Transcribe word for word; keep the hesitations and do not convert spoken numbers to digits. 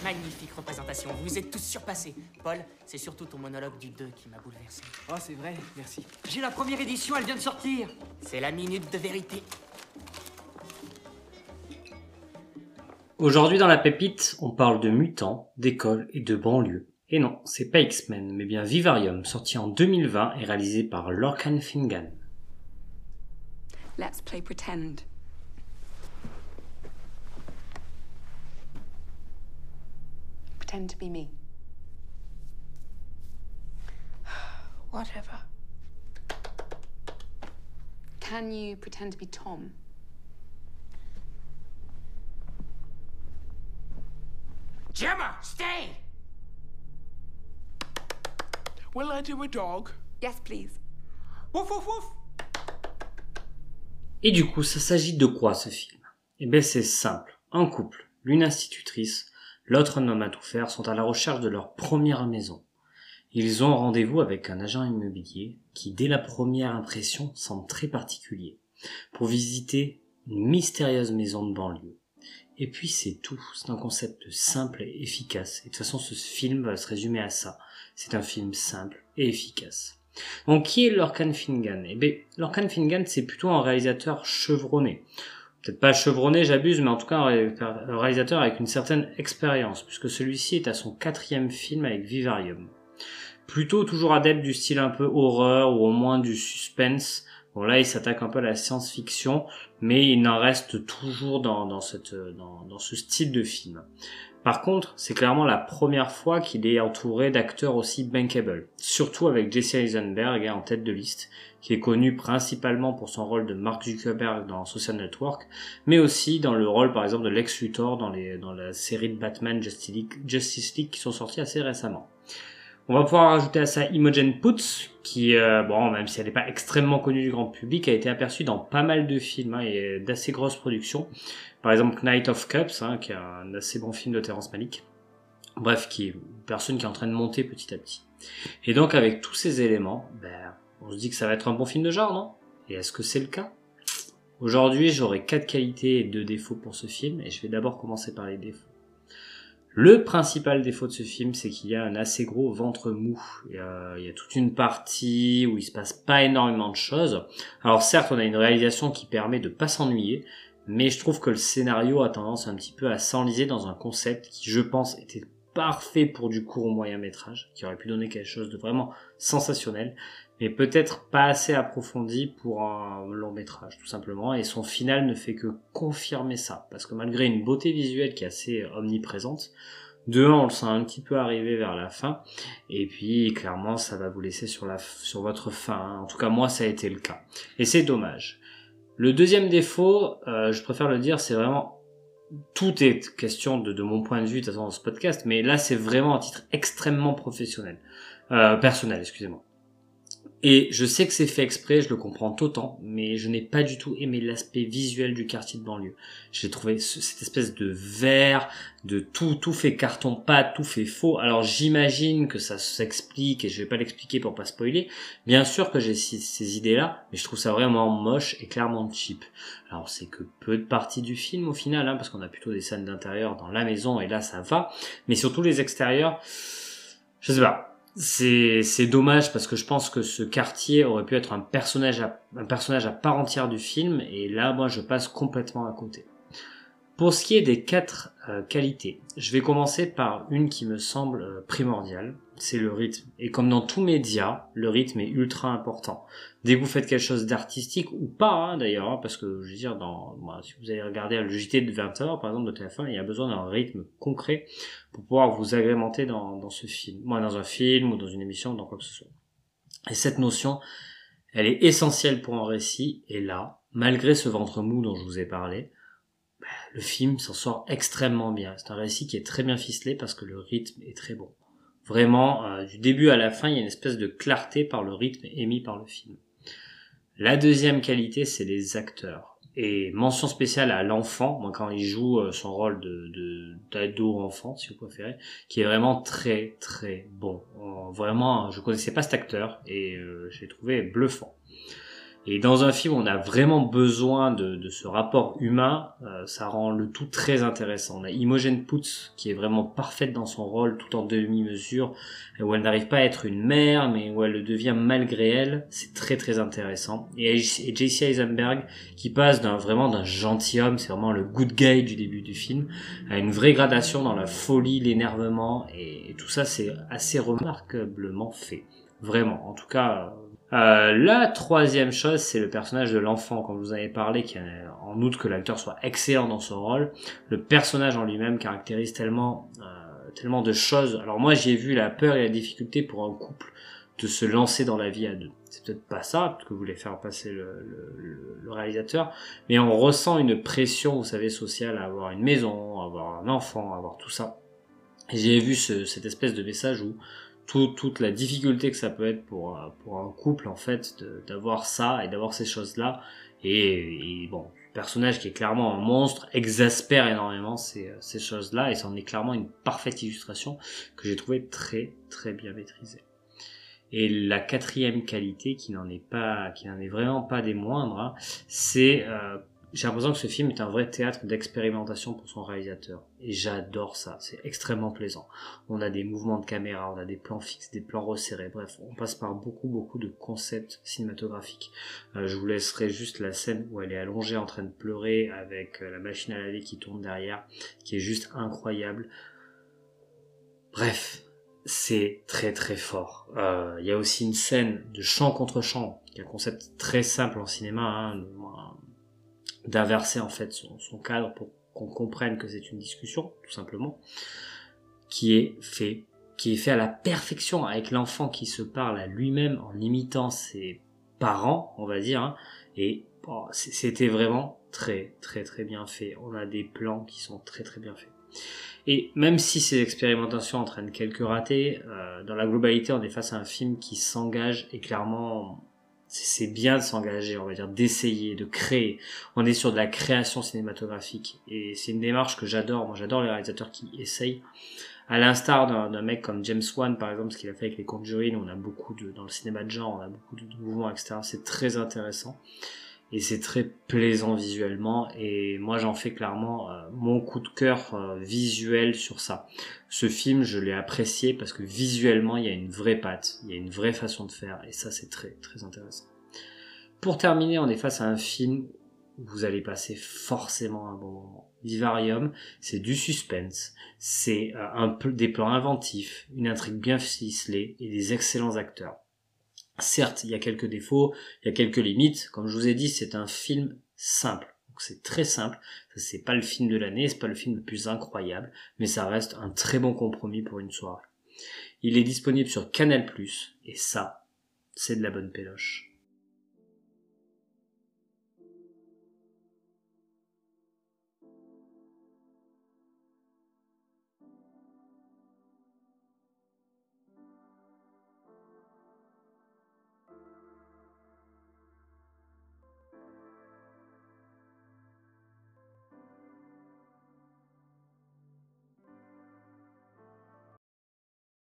magnifique représentation. Vous êtes tous surpassés. Paul, c'est surtout ton monologue du deux qui m'a bouleversé. Oh, c'est vrai, merci. J'ai la première édition, elle vient de sortir. C'est la minute de vérité. Aujourd'hui dans la pépite, on parle de mutants, d'école et de banlieue. Et non, c'est pas X-Men, mais bien Vivarium, sorti en deux mille vingt et réalisé par Lorcan Finnegan. Let's play pretend. Pretend to be me. Whatever. Can you pretend to be Tom? Gemma, stay! Will I do a dog? Yes, please. Woof, woof, woof. Et du coup, ça s'agit de quoi ce film? Eh ben c'est simple. Un couple, l'une institutrice, l'autre un homme à tout faire, sont à la recherche de leur première maison. Ils ont rendez-vous avec un agent immobilier qui, dès la première impression, semble très particulier, pour visiter une mystérieuse maison de banlieue. Et puis c'est tout, c'est un concept simple et efficace. Et de toute façon, ce film va se résumer à ça. C'est un film simple et efficace. Donc qui est Lorcan Finnegan? Eh bien, Lorcan Finnegan, c'est plutôt un réalisateur chevronné. Peut-être pas chevronné, j'abuse, mais en tout cas un réalisateur avec une certaine expérience, puisque celui-ci est à son quatrième film avec Vivarium. Plutôt toujours adepte du style un peu horreur, ou au moins du suspense. Bon là, il s'attaque un peu à la science-fiction, mais il en reste toujours dans, dans, cette, dans, dans ce style de film. Par contre, c'est clairement la première fois qu'il est entouré d'acteurs aussi bankable, surtout avec Jesse Eisenberg en tête de liste, qui est connu principalement pour son rôle de Mark Zuckerberg dans Social Network, mais aussi dans le rôle par exemple de Lex Luthor dans, les, dans la série de Batman Justice League, Justice League qui sont sortis assez récemment. On va pouvoir rajouter à ça Imogen Poots, qui, euh, bon, même si elle n'est pas extrêmement connue du grand public, a été aperçue dans pas mal de films hein, et d'assez grosses productions. Par exemple, Knight of Cups, hein, qui est un assez bon film de Terrence Malick. Bref, qui est une personne qui est en train de monter petit à petit. Et donc, avec tous ces éléments, ben, on se dit que ça va être un bon film de genre, non? Et est-ce que c'est le cas? Aujourd'hui, j'aurai quatre qualités et deux défauts pour ce film, et je vais d'abord commencer par les défauts. Le principal défaut de ce film, c'est qu'il y a un assez gros ventre mou. Il y a, il y a toute une partie où il se passe pas énormément de choses. Alors certes, on a une réalisation qui permet de pas s'ennuyer, mais je trouve que le scénario a tendance un petit peu à s'enliser dans un concept qui, je pense, était parfait pour du court ou moyen métrage, qui aurait pu donner quelque chose de vraiment sensationnel, mais peut-être pas assez approfondi pour un long métrage, tout simplement, et son final ne fait que confirmer ça, parce que malgré une beauté visuelle qui est assez omniprésente, de un, on le sent un petit peu arriver vers la fin, et puis clairement ça va vous laisser sur, la, sur votre faim, hein. En tout cas moi ça a été le cas, et c'est dommage. Le deuxième défaut, euh, je préfère le dire, c'est vraiment... Tout est question de, de mon point de vue, de toute façon, dans ce podcast, mais là, c'est vraiment un titre extrêmement professionnel. Euh, personnel, excusez-moi. Et je sais que c'est fait exprès, je le comprends autant, mais je n'ai pas du tout aimé l'aspect visuel du quartier de banlieue. J'ai trouvé ce, cette espèce de vert, de tout, tout fait carton-pâte, tout fait faux. Alors j'imagine que ça s'explique, et je vais pas l'expliquer pour pas spoiler. Bien sûr que j'ai ces, ces idées-là, mais je trouve ça vraiment moche et clairement cheap. Alors c'est que peu de parties du film au final, hein, parce qu'on a plutôt des scènes d'intérieur dans la maison, et là ça va. Mais surtout les extérieurs, je sais pas. C'est, c'est dommage parce que je pense que ce quartier aurait pu être un personnage à, un personnage à part entière du film, et là, moi, je passe complètement à côté. Pour ce qui est des quatre euh, qualités, je vais commencer par une qui me semble euh, primordiale, c'est le rythme. Et comme dans tout média, le rythme est ultra important. Dès que vous faites quelque chose d'artistique, ou pas hein, d'ailleurs, hein, parce que je veux dire, dans, bah, si vous allez regarder le J T de vingt heures, par exemple, de T F un, il y a besoin d'un rythme concret pour pouvoir vous agrémenter dans, dans ce film. Moi, dans un film, ou dans une émission, ou dans quoi que ce soit. Et cette notion, elle est essentielle pour un récit, et là, malgré ce ventre mou dont je vous ai parlé, le film s'en sort extrêmement bien. C'est un récit qui est très bien ficelé parce que le rythme est très bon. Vraiment, euh, du début à la fin, il y a une espèce de clarté par le rythme émis par le film. La deuxième qualité, c'est les acteurs. Et mention spéciale à l'enfant, moi, quand il joue euh, son rôle de, de d'ado-enfant, si vous préférez, qui est vraiment très très bon. Euh, vraiment, je connaissais pas cet acteur et euh, je l'ai trouvé bluffant. Et dans un film où on a vraiment besoin de, de ce rapport humain, euh, ça rend le tout très intéressant. On a Imogen Poots qui est vraiment parfaite dans son rôle, tout en demi-mesure, où elle n'arrive pas à être une mère, mais où elle le devient malgré elle. C'est très très intéressant. Et, et J C Eisenberg qui passe d'un vraiment d'un gentilhomme, c'est vraiment le good guy du début du film, à une vraie gradation dans la folie, l'énervement, et, et tout ça c'est assez remarquablement fait. Vraiment, en tout cas... Euh, la troisième chose, c'est le personnage de l'enfant, comme je vous en avais parlé, qui est en outre que l'acteur soit excellent dans son rôle. Le personnage en lui-même caractérise tellement, euh, tellement de choses. Alors moi, j'ai vu la peur et la difficulté pour un couple de se lancer dans la vie à deux. C'est peut-être pas ça, parce que vous voulez faire passer le, le, le réalisateur, mais on ressent une pression, vous savez, sociale à avoir une maison, à avoir un enfant, à avoir tout ça. Et j'ai vu ce, cette espèce de message où Tout, toute la difficulté que ça peut être pour, pour un couple, en fait, de, d'avoir ça et d'avoir ces choses-là. Et, et bon, le personnage qui est clairement un monstre exaspère énormément ces, ces choses-là, et ça en est clairement une parfaite illustration que j'ai trouvé très, très bien maîtrisée. Et la quatrième qualité, qui n'en est pas, qui n'en est vraiment pas des moindres, hein, c'est, euh, j'ai l'impression que ce film est un vrai théâtre d'expérimentation pour son réalisateur. Et j'adore ça, c'est extrêmement plaisant. On a des mouvements de caméra, on a des plans fixes, des plans resserrés, bref, on passe par beaucoup, beaucoup de concepts cinématographiques. Euh, je vous laisserai juste la scène où elle est allongée en train de pleurer avec la machine à laver qui tourne derrière, qui est juste incroyable. Bref, c'est très très fort. Il euh, y a aussi une scène de chant contre chant, qui est un concept très simple en cinéma, hein, d'inverser en fait son, son cadre pour qu'on comprenne que c'est une discussion, tout simplement, qui est fait, qui est fait à la perfection avec l'enfant qui se parle à lui-même en imitant ses parents, on va dire, hein, et oh, c'était vraiment très très très bien fait. On a des plans qui sont très très bien faits. Et même si ces expérimentations entraînent quelques ratés, euh, dans la globalité, on est face à un film qui s'engage et clairement, c'est bien de s'engager, on va dire, d'essayer, de créer. On est sur de la création cinématographique et c'est une démarche que j'adore. Moi, j'adore les réalisateurs qui essayent. À l'instar d'un, d'un mec comme James Wan, par exemple, ce qu'il a fait avec les Conjuring, on a beaucoup de, dans le cinéma de genre, on a beaucoup de, de mouvements, et cetera. C'est très intéressant. Et c'est très plaisant visuellement, et moi j'en fais clairement euh, mon coup de cœur euh, visuel sur ça. Ce film, je l'ai apprécié parce que visuellement il y a une vraie patte, il y a une vraie façon de faire, et ça c'est très très intéressant. Pour terminer, on est face à un film où vous allez passer forcément un bon moment. Vivarium, c'est du suspense, c'est euh, un peu des plans inventifs, une intrigue bien ficelée et des excellents acteurs. Certes, il y a quelques défauts, il y a quelques limites. Comme je vous ai dit, c'est un film simple. Donc c'est très simple. C'est pas le film de l'année, c'est pas le film le plus incroyable, mais ça reste un très bon compromis pour une soirée. Il est disponible sur Canal plus, et ça, c'est de la bonne péloche.